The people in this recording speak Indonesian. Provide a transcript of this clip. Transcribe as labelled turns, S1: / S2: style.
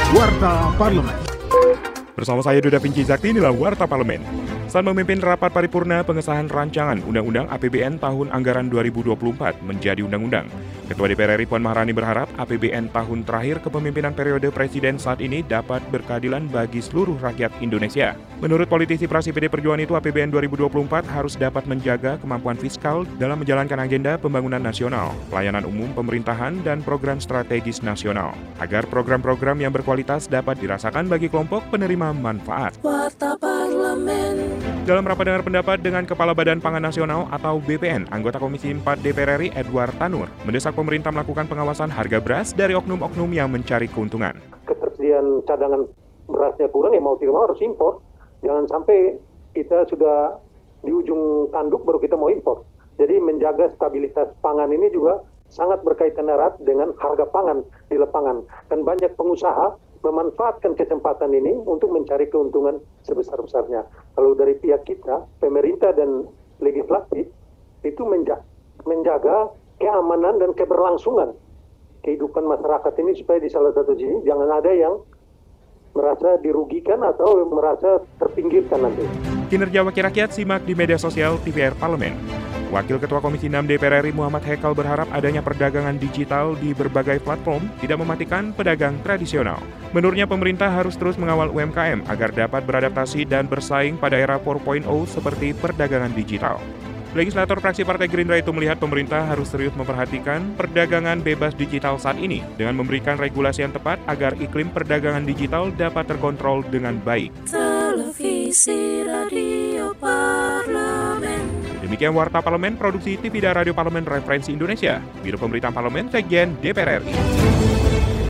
S1: Warta Parlemen.
S2: Bersama saya Duda Vinci Zakti, inilah Warta Parlemen. Saat memimpin rapat paripurna pengesahan rancangan Undang-Undang APBN tahun anggaran 2024 menjadi undang-undang, Ketua DPR RI Puan Maharani berharap APBN tahun terakhir kepemimpinan periode Presiden saat ini dapat berkeadilan bagi seluruh rakyat Indonesia. Menurut politisi praksi PD Perjuangan itu, APBN 2024 harus dapat menjaga kemampuan fiskal dalam menjalankan agenda pembangunan nasional, pelayanan umum pemerintahan, dan program strategis nasional, agar program-program yang berkualitas dapat dirasakan bagi kelompok penerima manfaat.
S3: Warta Parlemen.
S2: Dalam rapat dengar pendapat dengan Kepala Badan Pangan Nasional atau BPN, anggota Komisi 4 DPR RI Edward Tanur mendesak pemerintah melakukan pengawasan harga beras dari oknum-oknum yang mencari keuntungan.
S4: Ketersediaan cadangan berasnya kurang, ya mau tidak mau harus impor. Jangan sampai kita sudah di ujung tanduk baru kita mau impor. Jadi menjaga stabilitas pangan ini juga sangat berkaitan erat dengan harga pangan di lapangan. Dan banyak pengusaha memanfaatkan kesempatan ini untuk mencari keuntungan sebesar-besarnya. Kalau dari pihak kita, pemerintah dan legislatif, itu menjaga keamanan dan keberlangsungan kehidupan masyarakat ini supaya di salah satu sini jangan ada yang merasa dirugikan atau merasa terpinggirkan nanti.
S2: Kinerja Wakil Rakyat simak di media sosial TVR Parlemen. Wakil Ketua Komisi 6 DPR RI Muhammad Hekal berharap adanya perdagangan digital di berbagai platform tidak mematikan pedagang tradisional. Menurutnya pemerintah harus terus mengawal UMKM agar dapat beradaptasi dan bersaing pada era 4.0 seperti perdagangan digital. Legislator fraksi Partai Gerindra itu melihat pemerintah harus serius memperhatikan perdagangan bebas digital saat ini dengan memberikan regulasi yang tepat agar iklim perdagangan digital dapat terkontrol dengan baik.
S3: Televisi Radio Parlemen.
S2: Demikian Warta Parlemen, produksi TV dan Radio Parlemen Referensi Indonesia, Biro Pemberitaan Parlemen, Sekjen DPR RI.